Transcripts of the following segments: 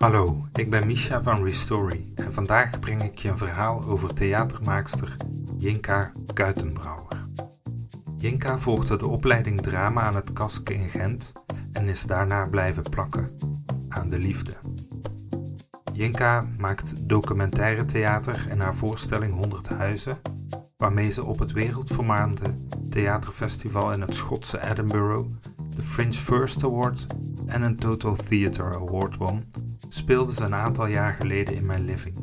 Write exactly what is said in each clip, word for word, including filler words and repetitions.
Hallo, ik ben Misha van Restory en vandaag breng ik je een verhaal over theatermaakster Jinka Kuitenbrouwer. Jinka volgde de opleiding drama aan het Kaske in Gent en is daarna blijven plakken aan de liefde. Jinka maakt documentaire theater en haar voorstelling honderd Huizen, waarmee ze op het wereldvermaarde theaterfestival in het Schotse Edinburgh de Fringe First Award en een Total Theatre Award won, speelde ze een aantal jaar geleden in mijn living.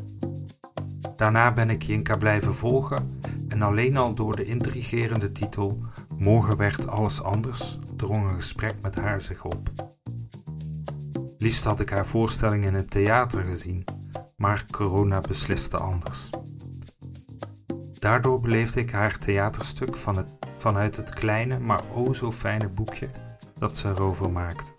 Daarna ben ik Jinka blijven volgen en alleen al door de intrigerende titel Morgen werd alles anders drong een gesprek met haar zich op. Liefst had ik haar voorstelling in het theater gezien, maar corona besliste anders. Daardoor beleefde ik haar theaterstuk van het, vanuit het kleine, maar o zo fijne boekje dat ze erover maakte.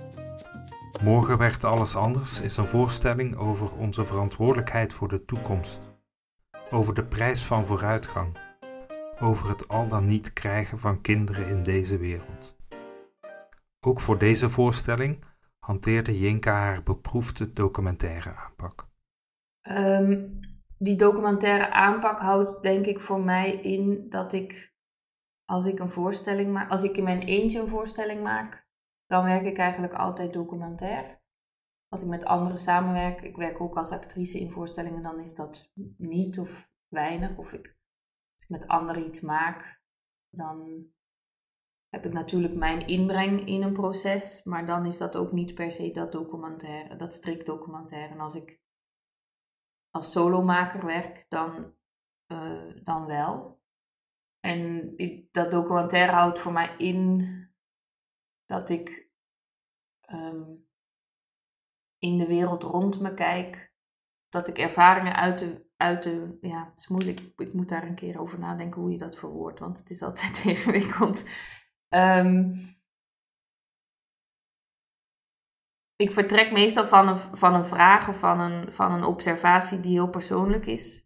Morgen werd alles anders is een voorstelling over onze verantwoordelijkheid voor de toekomst, over de prijs van vooruitgang, over het al dan niet krijgen van kinderen in deze wereld. Ook voor deze voorstelling hanteerde Jinka haar beproefde documentaire aanpak. Um, die documentaire aanpak houdt denk ik voor mij in dat ik, als ik een voorstelling maak, als ik in mijn eentje een voorstelling maak, dan werk ik eigenlijk altijd documentair. Als ik met anderen samenwerk, ik werk ook als actrice in voorstellingen, dan is dat niet of weinig. Of ik, als ik met anderen iets maak, dan heb ik natuurlijk mijn inbreng in een proces, maar dan is dat ook niet per se dat documentaire, dat strikt documentaire. En als ik als solomaker werk, dan, uh, dan wel. En ik, dat documentaire houdt voor mij in dat ik um, in de wereld rond me kijk, dat ik ervaringen uit de, uit de, ja, het is moeilijk, ik moet daar een keer over nadenken hoe je dat verwoordt, want het is altijd ingewikkeld. Um, ik vertrek meestal van een, van een vraag of van een, van een observatie die heel persoonlijk is.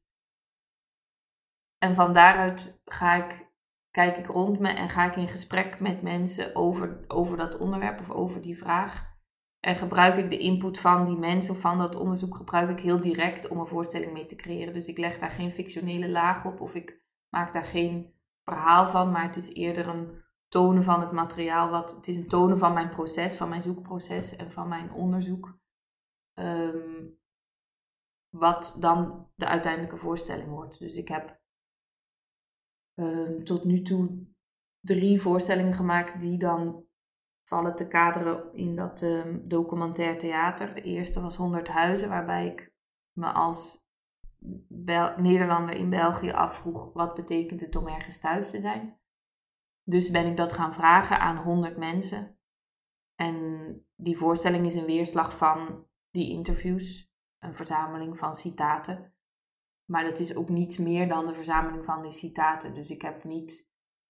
En van daaruit ga ik, kijk ik rond me en ga ik in gesprek met mensen over, over dat onderwerp of over die vraag. En gebruik ik de input van die mensen of van dat onderzoek gebruik ik heel direct om een voorstelling mee te creëren. Dus ik leg daar geen fictionele laag op of ik maak daar geen verhaal van, maar het is eerder een tonen van het materiaal. Wat, het is een tonen van mijn proces, van mijn zoekproces en van mijn onderzoek. Um, wat dan de uiteindelijke voorstelling wordt. Dus ik heb um, tot nu toe drie voorstellingen gemaakt die dan vallen te kaderen in dat um, documentair theater. De eerste was honderd Huizen, waarbij ik me als Bel- Nederlander in België afvroeg wat betekent het om ergens thuis te zijn. Dus ben ik dat gaan vragen aan honderd mensen. En die voorstelling is een weerslag van die interviews, een verzameling van citaten. Maar dat is ook niets meer dan de verzameling van die citaten. Dus ik heb niet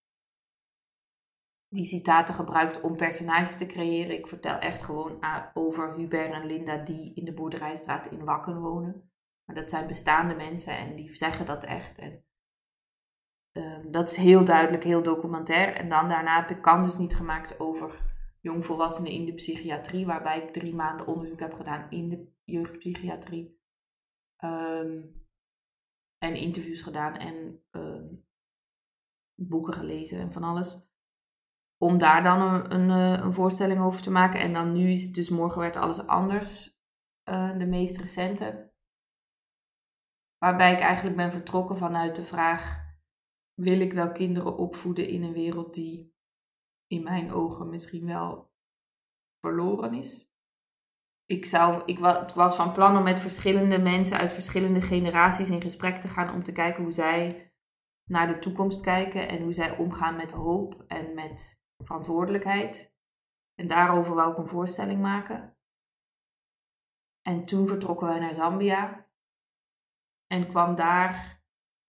die citaten gebruikt om personages te creëren. Ik vertel echt gewoon over Hubert en Linda die in de Boerderijstraat in Wakken wonen. Maar dat zijn bestaande mensen en die zeggen dat echt. En uh, dat is heel duidelijk, heel documentair. En dan daarna heb ik Candice niet gemaakt over jongvolwassenen in de psychiatrie. Waarbij ik drie maanden onderzoek heb gedaan in de jeugdpsychiatrie. Um, en interviews gedaan en uh, boeken gelezen en van alles. Om daar dan een, een, een voorstelling over te maken. En dan nu is dus Morgen werd alles anders. Uh, de meest recente. Waarbij ik eigenlijk ben vertrokken vanuit de vraag: wil ik wel kinderen opvoeden in een wereld die in mijn ogen misschien wel verloren is? Ik, zou, ik was van plan om met verschillende mensen uit verschillende generaties in gesprek te gaan om te kijken hoe zij naar de toekomst kijken en hoe zij omgaan met hoop en met verantwoordelijkheid. En daarover wou ik een voorstelling maken. En toen vertrokken wij naar Zambia. En kwam daar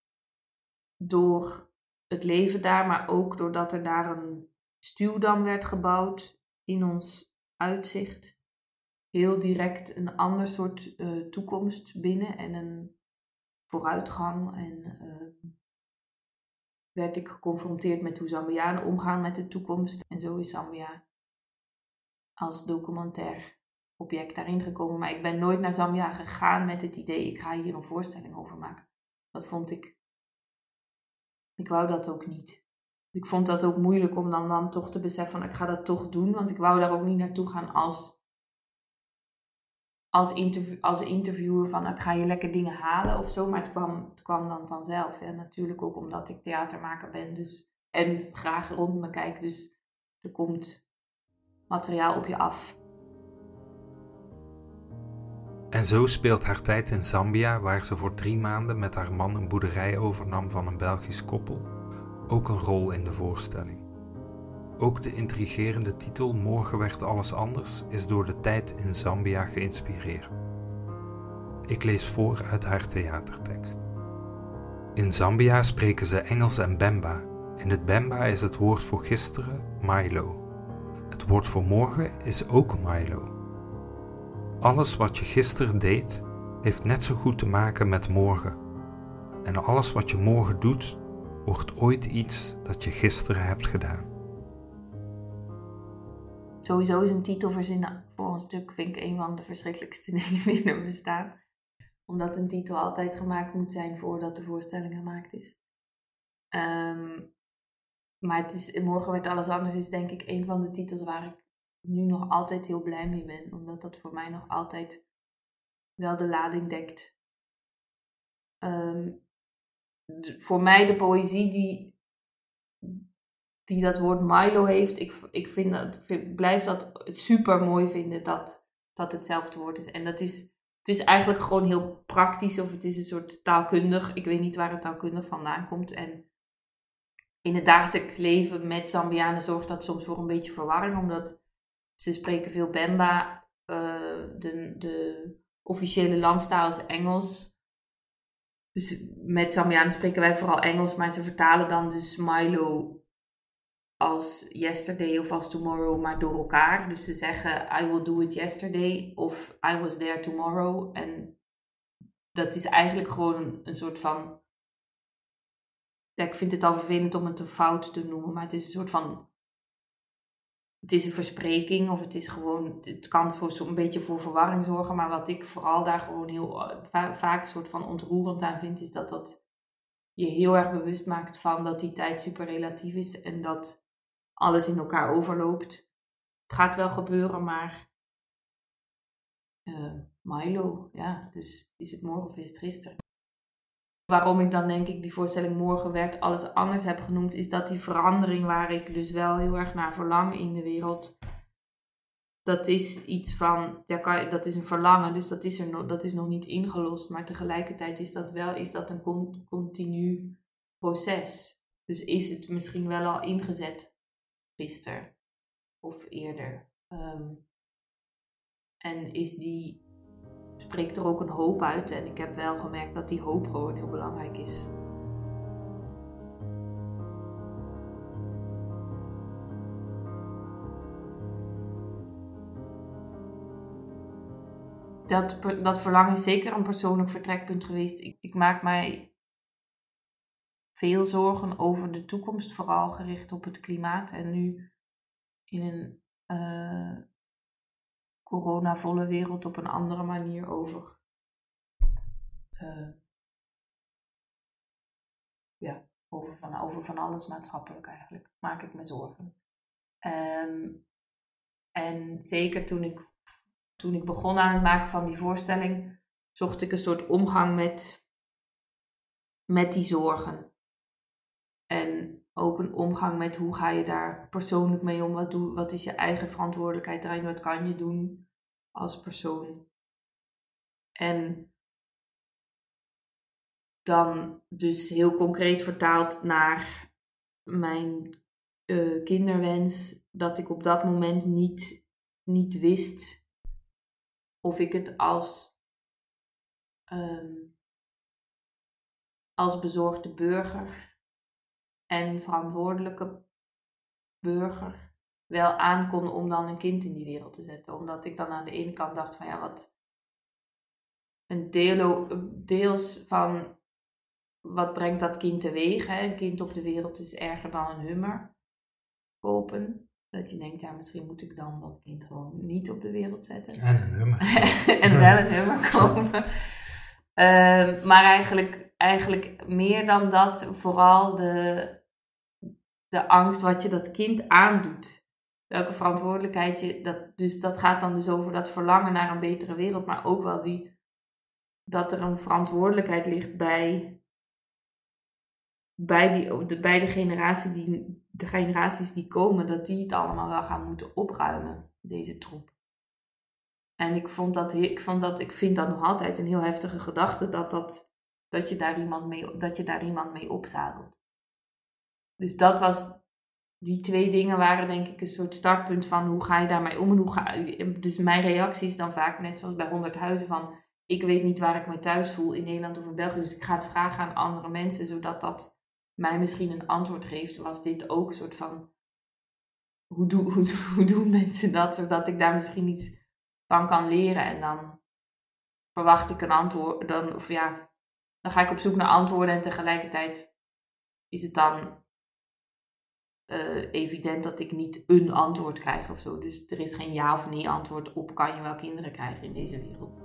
door het leven daar, maar ook doordat er daar een stuwdam werd gebouwd in ons uitzicht. Heel direct een ander soort uh, toekomst binnen en een vooruitgang. En uh, werd ik geconfronteerd met hoe Zambianen omgaan met de toekomst. En zo is Zambia als documentair object daarin gekomen. Maar ik ben nooit naar Zambia gegaan met het idee, ik ga hier een voorstelling over maken. Dat vond ik, ik wou dat ook niet. Ik vond dat ook moeilijk om dan, dan toch te beseffen van ik ga dat toch doen. Want ik wou daar ook niet naartoe gaan als, als, interview, als interviewer van ik ga hier lekker dingen halen of zo. Maar het kwam, het kwam dan vanzelf. En natuurlijk ook omdat ik theatermaker ben dus, en graag rond me kijk. Dus er komt materiaal op je af. En zo speelt haar tijd in Zambia, waar ze voor drie maanden met haar man een boerderij overnam van een Belgisch koppel, ook een rol in de voorstelling. Ook de intrigerende titel Morgen werd alles anders is door de tijd in Zambia geïnspireerd. Ik lees voor uit haar theatertekst. In Zambia spreken ze Engels en Bemba. In het Bemba is het woord voor gisteren Milo. Het woord voor morgen is ook Milo. Alles wat je gisteren deed, heeft net zo goed te maken met morgen. En alles wat je morgen doet, wordt ooit iets dat je gisteren hebt gedaan. Sowieso is een titel verzinnen voor een stuk, vind ik, een van de verschrikkelijkste dingen die er bestaan. Omdat een titel altijd gemaakt moet zijn voordat de voorstelling gemaakt is. Um, maar het is, morgen werd alles anders is denk ik een van de titels waar ik nu nog altijd heel blij mee ben. Omdat dat voor mij nog altijd wel de lading dekt. Um, de, voor mij de poëzie die, die dat woord Milo heeft. Ik, ik vind dat, vind, blijf dat super mooi vinden dat dat hetzelfde woord is. En dat is, het is eigenlijk gewoon heel praktisch. Of het is een soort taalkundig. Ik weet niet waar het taalkundig vandaan komt. En in het dagelijks leven met Zambianen zorgt dat soms voor een beetje verwarring. Omdat ze spreken veel Bemba. Uh, de, de officiële landstaal is Engels. Dus met Zambianen spreken wij vooral Engels. Maar ze vertalen dan dus Milo als yesterday of als tomorrow, maar door elkaar. Dus ze zeggen I will do it yesterday of I was there tomorrow. En dat is eigenlijk gewoon een, een soort van... Ja, ik vind het al vervelend om het een fout te noemen, maar het is een soort van... Het is een verspreking of het is gewoon... Het kan voor een beetje voor verwarring zorgen, maar wat ik vooral daar gewoon heel va- vaak een soort van ontroerend aan vind, is dat dat je heel erg bewust maakt van dat die tijd super relatief is en dat alles in elkaar overloopt. Het gaat wel gebeuren, maar uh, Milo, ja, dus is het morgen of is het gisteren? Waarom ik dan denk ik die voorstelling Morgen werd alles anders heb genoemd, is dat die verandering waar ik dus wel heel erg naar verlang in de wereld, dat is iets van, ja, kan, dat is een verlangen, dus dat is, er no, dat is nog niet ingelost, maar tegelijkertijd is dat wel is dat een con, continu proces. Dus is het misschien wel al ingezet gisteren of eerder. Um, en is die, spreekt er ook een hoop uit. En ik heb wel gemerkt dat die hoop gewoon heel belangrijk is. Dat, dat verlangen is zeker een persoonlijk vertrekpunt geweest. Ik, ik maak mij veel zorgen over de toekomst, vooral gericht op het klimaat. En nu in een uh, coronavolle wereld op een andere manier over, uh, ja, over, van, over van alles maatschappelijk eigenlijk. Maak ik me zorgen. Um, en zeker toen ik, toen ik begon aan het maken van die voorstelling, zocht ik een soort omgang met, met die zorgen. En ook een omgang met hoe ga je daar persoonlijk mee om. Wat, doe, wat is je eigen verantwoordelijkheid daarin? Wat kan je doen als persoon? En dan dus heel concreet vertaald naar mijn uh, kinderwens. Dat ik op dat moment niet, niet wist of ik het als, um, als bezorgde burger en verantwoordelijke burger wel aankon om dan een kind in die wereld te zetten. Omdat ik dan aan de ene kant dacht van ja, wat een deel, deels van wat brengt dat kind teweeg. Hè? Een kind op de wereld is erger dan een Hummer kopen. Dat je denkt, ja, misschien moet ik dan dat kind gewoon niet op de wereld zetten. En een nummer. En wel een nummer komen. Uh, maar eigenlijk, eigenlijk meer dan dat, vooral de, de angst wat je dat kind aandoet. Welke verantwoordelijkheid je, dat, dus dat gaat dan dus over dat verlangen naar een betere wereld, maar ook wel die, dat er een verantwoordelijkheid ligt bij, bij, die, de, bij de, generatie die, de generaties die komen, dat die het allemaal wel gaan moeten opruimen, deze troep. En ik vond dat, ik vond dat, ik vind dat nog altijd een heel heftige gedachte, dat, dat, dat, je, daar iemand mee, dat je daar iemand mee opzadelt. Dus dat was, die twee dingen waren denk ik een soort startpunt van hoe ga je daarmee om en hoe ga je, dus mijn reactie is dan vaak net zoals bij honderd huizen van, ik weet niet waar ik me thuis voel in Nederland of in België, dus ik ga het vragen aan andere mensen, zodat dat mij misschien een antwoord geeft. Was dit ook een soort van, hoe, doe, hoe, hoe doen mensen dat, zodat ik daar misschien iets van kan leren en dan verwacht ik een antwoord, dan, of ja, dan ga ik op zoek naar antwoorden en tegelijkertijd is het dan uh, evident dat ik niet een antwoord krijg of zo. Dus er is geen ja of nee antwoord op kan je wel kinderen krijgen in deze wereld.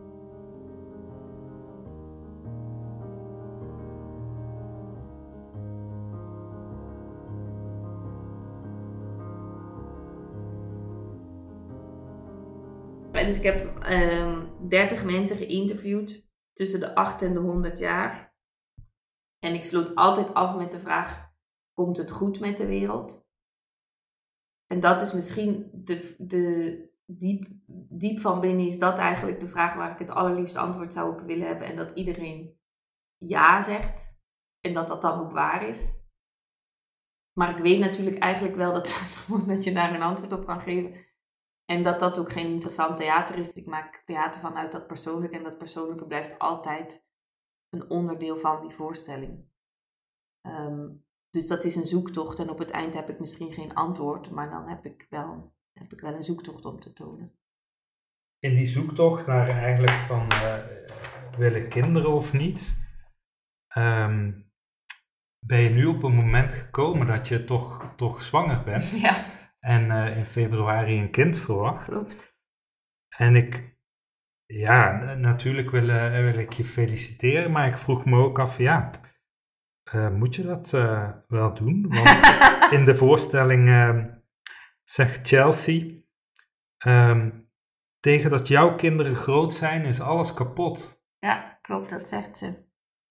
Dus ik heb um, dertig mensen geïnterviewd tussen de acht en de honderd jaar. En ik sloot altijd af met de vraag, komt het goed met de wereld? En dat is misschien de, de diep, diep van binnen is dat eigenlijk de vraag waar ik het allerliefste antwoord zou op willen hebben. En dat iedereen ja zegt. En dat dat dan ook waar is. Maar ik weet natuurlijk eigenlijk wel dat, dat je daar een antwoord op kan geven. En dat dat ook geen interessant theater is. Ik maak theater vanuit dat persoonlijke. En dat persoonlijke blijft altijd een onderdeel van die voorstelling. Um, dus dat is een zoektocht. En op het eind heb ik misschien geen antwoord. Maar dan heb ik wel, heb ik wel een zoektocht om te tonen. In die zoektocht naar eigenlijk van... Uh, willen kinderen of niet? Um, ben je nu op een moment gekomen dat je toch, toch zwanger bent? Ja. En uh, in februari een kind verwacht. Klopt. En ik, ja, natuurlijk wil, uh, wil ik je feliciteren, maar ik vroeg me ook af, ja, uh, moet je dat uh, wel doen? Want in de voorstelling uh, zegt Chelsea, um, tegen dat jouw kinderen groot zijn is alles kapot. Ja, klopt, dat zegt ze.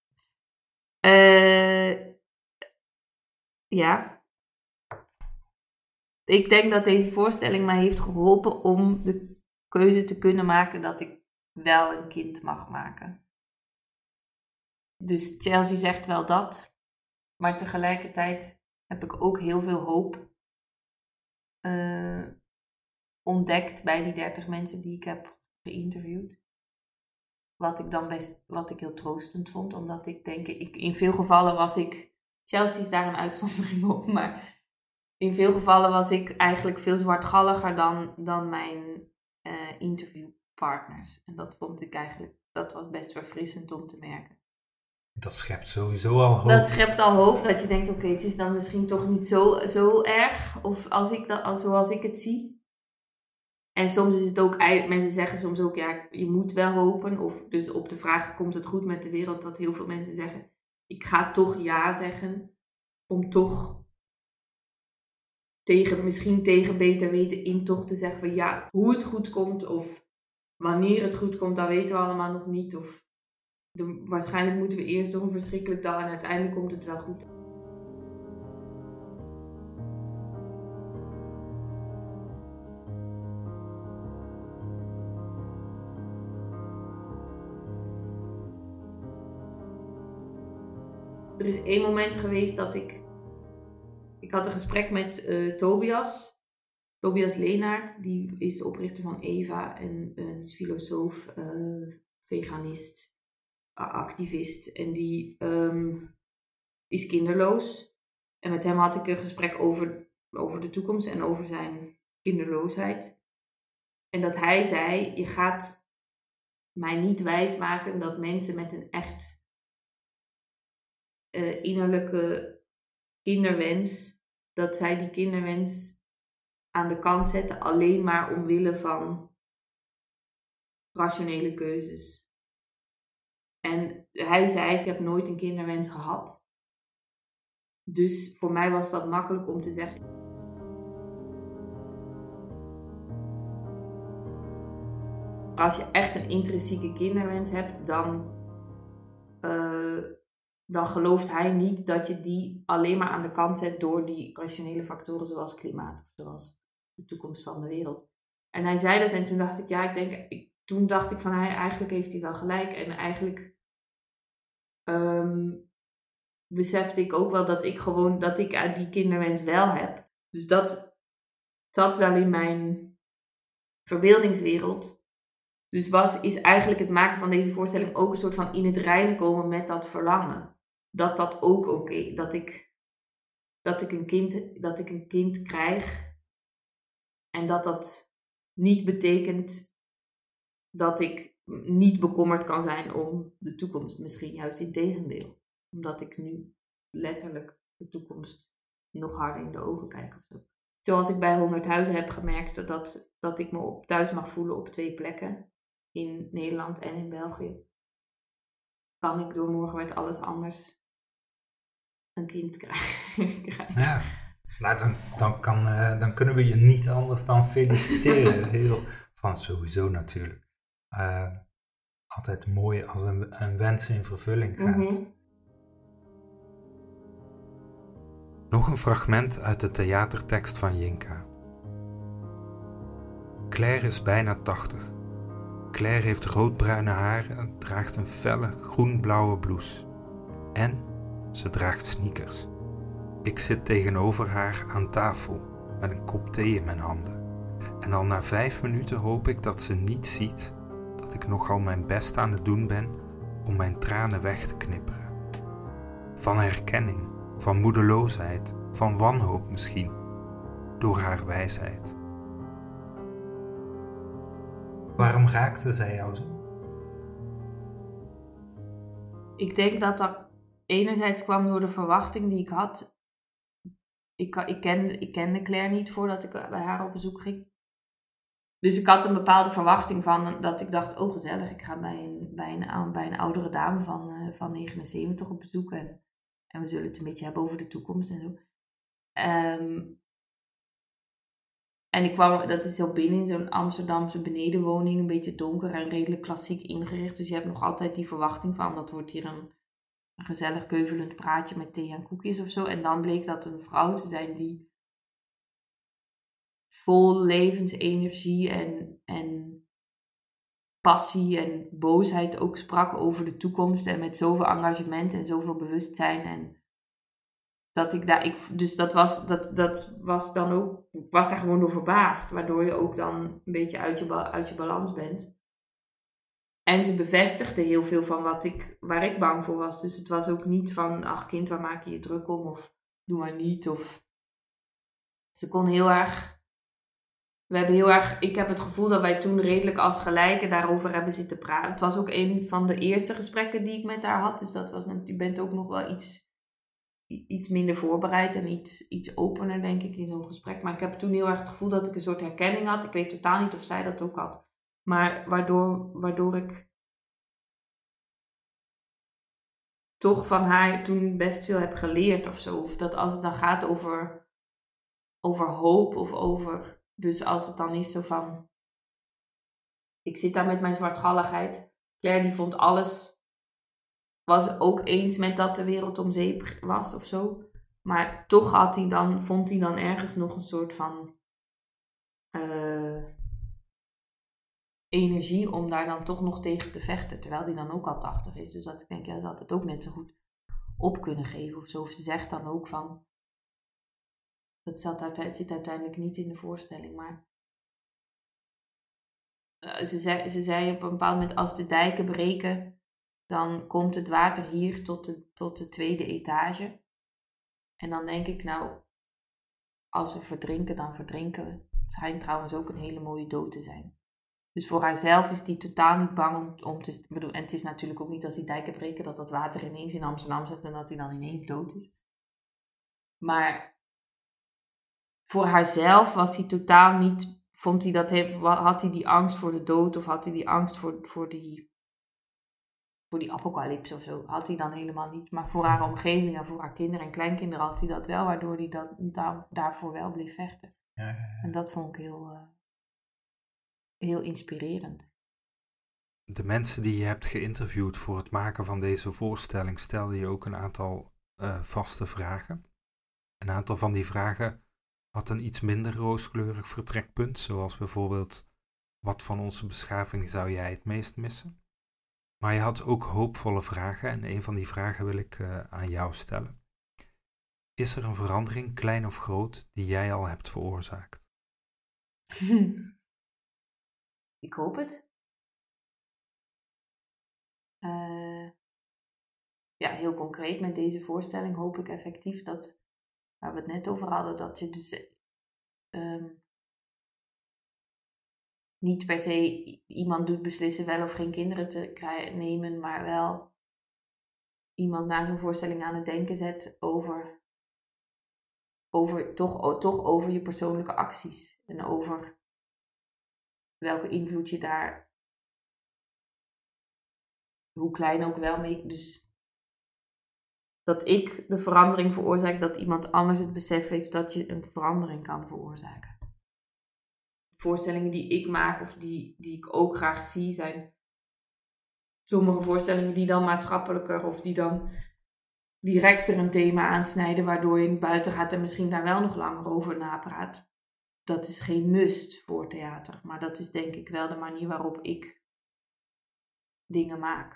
Uh, ja. Ik denk dat deze voorstelling mij heeft geholpen om de keuze te kunnen maken dat ik wel een kind mag maken. Dus Chelsea zegt wel dat, maar tegelijkertijd heb ik ook heel veel hoop uh, ontdekt bij die dertig mensen die ik heb geïnterviewd. Wat ik dan best, wat ik heel troostend vond, omdat ik denk, ik, in veel gevallen was ik, Chelsea is daar een uitzondering op, maar in veel gevallen was ik eigenlijk veel zwartgalliger dan, dan mijn uh, interviewpartners. En dat vond ik eigenlijk, dat was best verfrissend om te merken. Dat schept sowieso al hoop. Dat schept al hoop, dat je denkt, oké, okay, het is dan misschien toch niet zo, zo erg, of als ik dat, zoals ik het zie. En soms is het ook, mensen zeggen soms ook, ja, je moet wel hopen. Of dus op de vraag, komt het goed met de wereld? Dat heel veel mensen zeggen, ik ga toch ja zeggen. Om toch, tegen, misschien tegen beter weten in toch te zeggen van ja, hoe het goed komt. Of wanneer het goed komt, dat weten we allemaal nog niet. Of de, waarschijnlijk moeten we eerst door een verschrikkelijk dag en uiteindelijk komt het wel goed. Er is één moment geweest dat ik... Ik had een gesprek met uh, Tobias. Tobias Leenaert. Die is de oprichter van Eva. En uh, is filosoof, uh, veganist, uh, activist. En die um, is kinderloos. En met hem had ik een gesprek over, over de toekomst. En over zijn kinderloosheid. En dat hij zei... Je gaat mij niet wijsmaken dat mensen met een echt... Uh, innerlijke kinderwens, dat zij die kinderwens aan de kant zetten alleen maar omwille van rationele keuzes. En hij zei, ik heb nooit een kinderwens gehad. Dus voor mij was dat makkelijk om te zeggen. Als je echt een intrinsieke kinderwens hebt, dan, uh, dan gelooft hij niet dat je die alleen maar aan de kant zet door die rationele factoren zoals klimaat of zoals de toekomst van de wereld. En hij zei dat en toen dacht ik, ja, ik denk, ik, toen dacht ik van, hij, eigenlijk heeft hij wel gelijk. En eigenlijk um, besefte ik ook wel dat ik gewoon, dat ik die kinderwens wel heb. Dus dat zat wel in mijn verbeeldingswereld. Dus was, is eigenlijk het maken van deze voorstelling ook een soort van in het reinen komen met dat verlangen. Dat dat ook oké, okay, dat ik, dat ik een kind, dat ik een kind krijg. En dat dat niet betekent dat ik niet bekommerd kan zijn om de toekomst. Misschien juist in tegendeel. Omdat ik nu letterlijk de toekomst nog harder in de ogen kijk of zo. Zoals ik bij honderd huizen heb gemerkt dat, dat ik me op thuis mag voelen op twee plekken. In Nederland en in België. Kan ik door morgen werd alles anders een kind krijgen. Ja, nou dan, dan, kan, uh, dan kunnen we je niet anders dan feliciteren. Heel, van sowieso natuurlijk. Uh, altijd mooi als een, een wens in vervulling gaat. Mm-hmm. Nog een fragment uit de theatertekst van Yinka. Claire is bijna tachtig. Claire heeft roodbruine haren en draagt een felle groen-blauwe blouse. En ze draagt sneakers. Ik zit tegenover haar aan tafel met een kop thee in mijn handen. En al na vijf minuten hoop ik dat ze niet ziet dat ik nogal mijn best aan het doen ben om mijn tranen weg te knipperen. Van herkenning, van moedeloosheid, van wanhoop misschien, door haar wijsheid. Waarom raakte zij jou zo? Ik denk dat dat enerzijds kwam door de verwachting die ik had. Ik, ik, kende, ik kende Claire niet voordat ik bij haar op bezoek ging. Dus ik had een bepaalde verwachting van dat ik dacht, oh gezellig, ik ga bij een, bij een, bij een oudere dame van, uh, van negenenzeventig op bezoek. En, en we zullen het een beetje hebben over de toekomst en zo. Um, En ik kwam, dat is zo binnen in zo'n Amsterdamse benedenwoning, een beetje donker en redelijk klassiek ingericht. Dus je hebt nog altijd die verwachting van, dat wordt hier een, een gezellig keuvelend praatje met thee en koekjes of zo. En dan bleek dat een vrouw te zijn die vol levensenergie en, en passie en boosheid ook sprak over de toekomst. En met zoveel engagement en zoveel bewustzijn en... Dat ik daar, ik, dus dat was, dat, dat was dan ook, ik was daar gewoon door verbaasd. Waardoor je ook dan een beetje uit je, uit je balans bent. En ze bevestigde heel veel van wat ik, waar ik bang voor was. Dus het was ook niet van, ach kind, waar maak je je druk om? Of doe maar niet. Of... Ze kon heel erg, we hebben heel erg, ik heb het gevoel dat wij toen redelijk als gelijken daarover hebben zitten praten. Het was ook een van de eerste gesprekken die ik met haar had. Dus dat was, je bent ook nog wel iets... iets minder voorbereid en iets, iets opener, denk ik, in zo'n gesprek. Maar ik heb toen heel erg het gevoel dat ik een soort herkenning had. Ik weet totaal niet of zij dat ook had. Maar waardoor, waardoor ik toch van haar toen best veel heb geleerd of zo. Of dat als het dan gaat over, over hoop of over... Dus als het dan is zo van... Ik zit daar met mijn zwartgalligheid. Claire die vond alles... was ook eens met dat de wereld om zeep was of zo. Maar toch had hij dan, vond hij dan ergens nog een soort van uh, energie om daar dan toch nog tegen te vechten. Terwijl hij dan ook al tachtig is. Dus dat ik denk, ja, ze had het ook net zo goed op kunnen geven of zo. Of ze zegt dan ook van... Dat zat uiteindelijk, zit uiteindelijk niet in de voorstelling, maar... Uh, ze, zei, ze zei op een bepaald moment, als de dijken breken... dan komt het water hier tot de, tot de tweede etage. En dan denk ik, nou, als we verdrinken, dan verdrinken we. Het schijnt trouwens ook een hele mooie dood te zijn. Dus voor haarzelf is die totaal niet bang om, om te... Bedoel, en het is natuurlijk ook niet als die dijken breken... dat dat water ineens in Amsterdam zit en dat hij dan ineens dood is. Maar voor haarzelf was hij totaal niet, vond hij dat, had hij die angst voor de dood of had hij die angst voor, voor die, voor die apocalypse of zo, had hij dan helemaal niet. Maar voor haar omgeving en voor haar kinderen en kleinkinderen had hij dat wel, waardoor hij dat, daar, daarvoor wel bleef vechten. Ja, ja, ja. En dat vond ik heel, uh, heel inspirerend. De mensen die je hebt geïnterviewd voor het maken van deze voorstelling stelden je ook een aantal uh, vaste vragen. Een aantal van die vragen had een iets minder rooskleurig vertrekpunt, zoals bijvoorbeeld: wat van onze beschaving zou jij het meest missen? Maar je had ook hoopvolle vragen en een van die vragen wil ik uh, aan jou stellen. Is er een verandering, klein of groot, die jij al hebt veroorzaakt? Ik hoop het. Uh, ja, heel concreet met deze voorstelling hoop ik effectief dat, waar we het net over hadden, dat je dus um, niet per se iemand doet beslissen wel of geen kinderen te krijgen, nemen, maar wel iemand na zo'n voorstelling aan het denken zet over, over toch, toch over je persoonlijke acties en over welke invloed je daar, hoe klein ook wel mee, dus dat ik de verandering veroorzaak, dat iemand anders het besef heeft dat je een verandering kan veroorzaken. Voorstellingen die ik maak of die, die ik ook graag zie zijn sommige voorstellingen die dan maatschappelijker of die dan directer een thema aansnijden waardoor je buiten gaat en misschien daar wel nog langer over napraat. Dat is geen must voor theater, maar dat is denk ik wel de manier waarop ik dingen maak.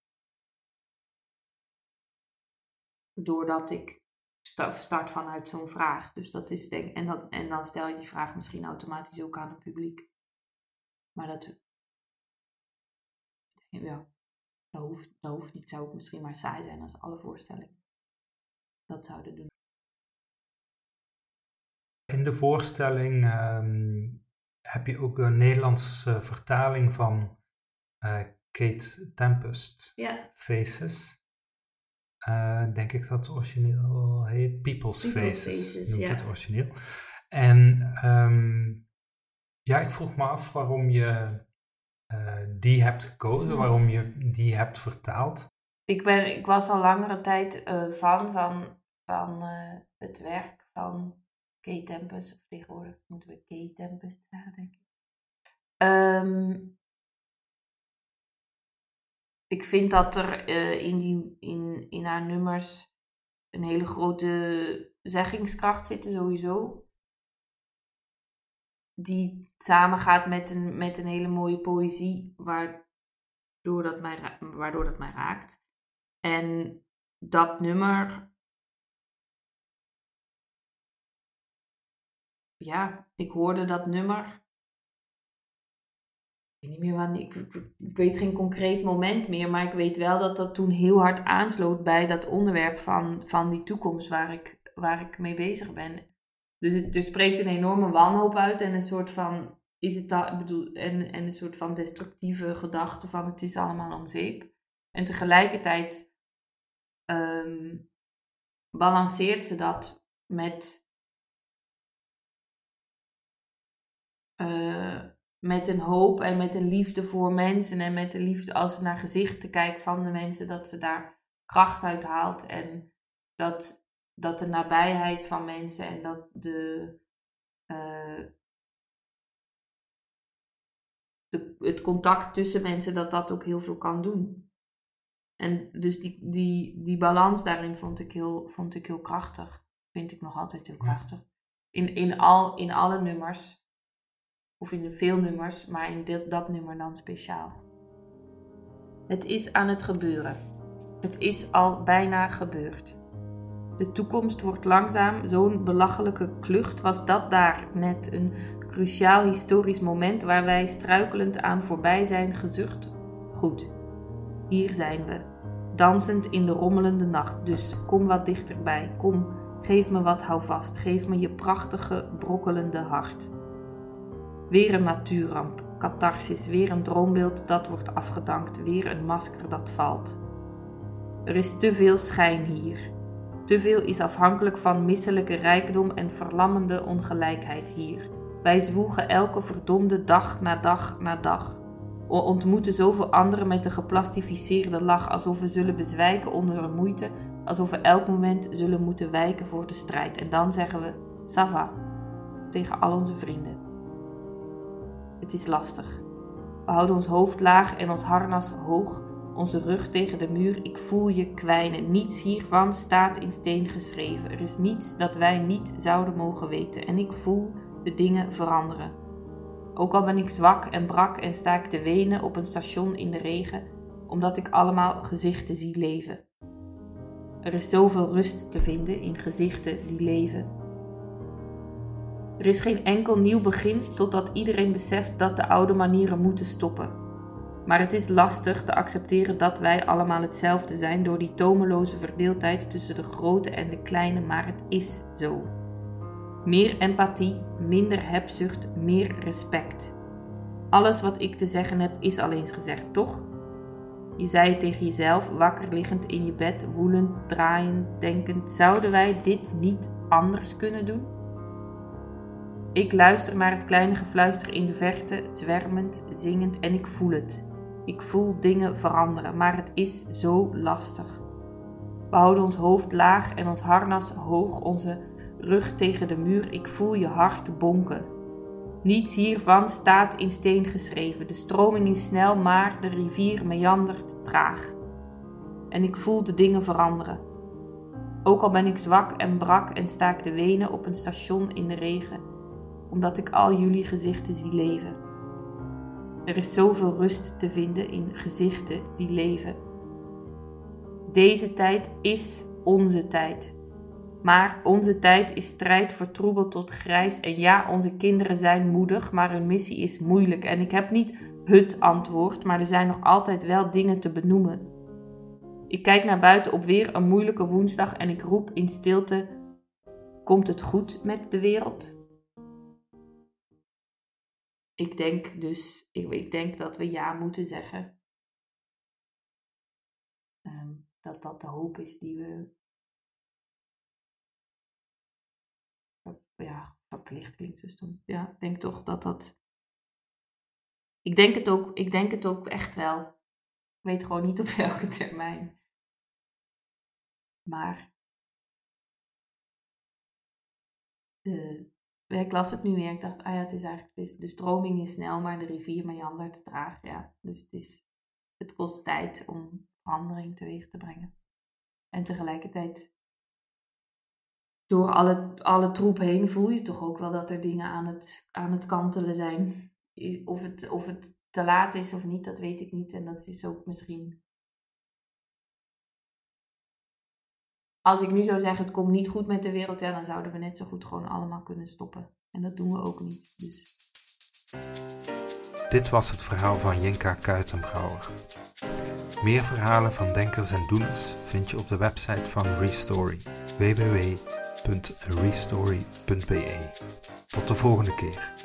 Doordat ik start vanuit zo'n vraag. Dus dat is denk en, dat, en dan stel je die vraag misschien automatisch ook aan het publiek. Maar dat, ja, dat hoeft, dat hoeft niet. Zou ook misschien maar saai zijn als alle voorstellingen dat zouden doen. In de voorstelling um, heb je ook een Nederlandse vertaling van uh, Kate Tempest, ja. Faces. Uh, denk ik dat het origineel heet. People's, People's Faces, Faces noemt ja. het origineel. En um, ja, ik vroeg me af waarom je uh, die hebt gekozen, hmm. waarom je die hebt vertaald. Ik, ben, ik was al langere tijd uh, fan van, van uh, het werk van Kate Tempest. Of tegenwoordig moeten we Kate Tempest nadenken. Um, Ik vind dat er uh, in, die, in, in haar nummers een hele grote zeggingskracht zit sowieso. Die samengaat met een, met een hele mooie poëzie waardoor dat, mij, waardoor dat mij raakt. En dat nummer, ja, ik hoorde dat nummer. Ik weet niet meer wanneer, ik, ik weet geen concreet moment meer, maar ik weet wel dat dat toen heel hard aansloot bij dat onderwerp van, van die toekomst waar ik, waar ik mee bezig ben. Dus het dus spreekt een enorme wanhoop uit en een soort van, is het dat, ik bedoel, en, en een soort van destructieve gedachte van het is allemaal om zeep. En tegelijkertijd um, balanceert ze dat met Uh, met een hoop en met een liefde voor mensen en met een liefde als ze naar gezichten kijkt van de mensen, dat ze daar kracht uit haalt en dat, dat de nabijheid van mensen en dat de, uh, de het contact tussen mensen, dat dat ook heel veel kan doen. En dus die, die, die balans daarin vond ik heel, vond ik heel krachtig. Vind ik nog altijd heel krachtig. In, in, al, in alle nummers. Of in veel nummers, maar in dit, dat nummer dan speciaal. Het is aan het gebeuren. Het is al bijna gebeurd. De toekomst wordt langzaam zo'n belachelijke klucht. Was dat daar net een cruciaal historisch moment waar wij struikelend aan voorbij zijn gezucht? Goed, hier zijn we. Dansend in de rommelende nacht. Dus kom wat dichterbij. Kom, geef me wat houvast. Geef me je prachtige, brokkelende hart. Weer een natuurramp, catharsis, weer een droombeeld dat wordt afgedankt, weer een masker dat valt. Er is te veel schijn hier. Te veel is afhankelijk van misselijke rijkdom en verlammende ongelijkheid hier. Wij zwoegen elke verdomde dag na dag na dag. We ontmoeten zoveel anderen met een geplastificeerde lach, alsof we zullen bezwijken onder de moeite, alsof we elk moment zullen moeten wijken voor de strijd. En dan zeggen we, ça va, tegen al onze vrienden. Het is lastig. We houden ons hoofd laag en ons harnas hoog, onze rug tegen de muur. Ik voel je kwijnen. Niets hiervan staat in steen geschreven. Er is niets dat wij niet zouden mogen weten. En ik voel de dingen veranderen. Ook al ben ik zwak en brak en sta ik te wenen op een station in de regen, omdat ik allemaal gezichten zie leven. Er is zoveel rust te vinden in gezichten die leven. Er is geen enkel nieuw begin totdat iedereen beseft dat de oude manieren moeten stoppen. Maar het is lastig te accepteren dat wij allemaal hetzelfde zijn door die tomeloze verdeeldheid tussen de grote en de kleine, maar het is zo. Meer empathie, minder hebzucht, meer respect. Alles wat ik te zeggen heb is al eens gezegd, toch? Je zei het tegen jezelf, wakker liggend in je bed, woelend, draaiend, denkend, zouden wij dit niet anders kunnen doen? Ik luister naar het kleine gefluister in de verte, zwermend, zingend en ik voel het. Ik voel dingen veranderen, maar het is zo lastig. We houden ons hoofd laag en ons harnas hoog, onze rug tegen de muur. Ik voel je hart bonken. Niets hiervan staat in steen geschreven. De stroming is snel, maar de rivier meandert traag. En ik voel de dingen veranderen. Ook al ben ik zwak en brak en sta ik te wenen op een station in de regen, omdat ik al jullie gezichten zie leven. Er is zoveel rust te vinden in gezichten die leven. Deze tijd is onze tijd. Maar onze tijd is strijd vertroebeld tot grijs. En ja, onze kinderen zijn moedig, maar hun missie is moeilijk. En ik heb niet het antwoord, maar er zijn nog altijd wel dingen te benoemen. Ik kijk naar buiten op weer een moeilijke woensdag en ik roep in stilte: komt het goed met de wereld? Ik denk dus, ik, ik denk dat we ja moeten zeggen. Um, dat dat de hoop is die we, ja, verplicht klinkt dus stom. Ja, ik denk toch dat dat, ik denk het ook, ik denk het ook echt wel. Ik weet gewoon niet op welke termijn. Maar de, ik las het nu weer. Ik dacht, ah ja, het is eigenlijk, het is, de stroming is snel, maar de rivier meandert traag. Ja, dus het is, het kost tijd om verandering teweeg te brengen. En tegelijkertijd, door alle, alle troep heen, voel je toch ook wel dat er dingen aan het, aan het kantelen zijn. Of het, of het te laat is of niet, dat weet ik niet. En dat is ook misschien, als ik nu zou zeggen, het komt niet goed met de wereld, ja, dan zouden we net zo goed gewoon allemaal kunnen stoppen. En dat doen we ook niet. Dus. Dit was het verhaal van Jinka Kuitenbrouwer. Meer verhalen van denkers en doeners vind je op de website van Restory, w w w punt restory punt b e. Tot de volgende keer.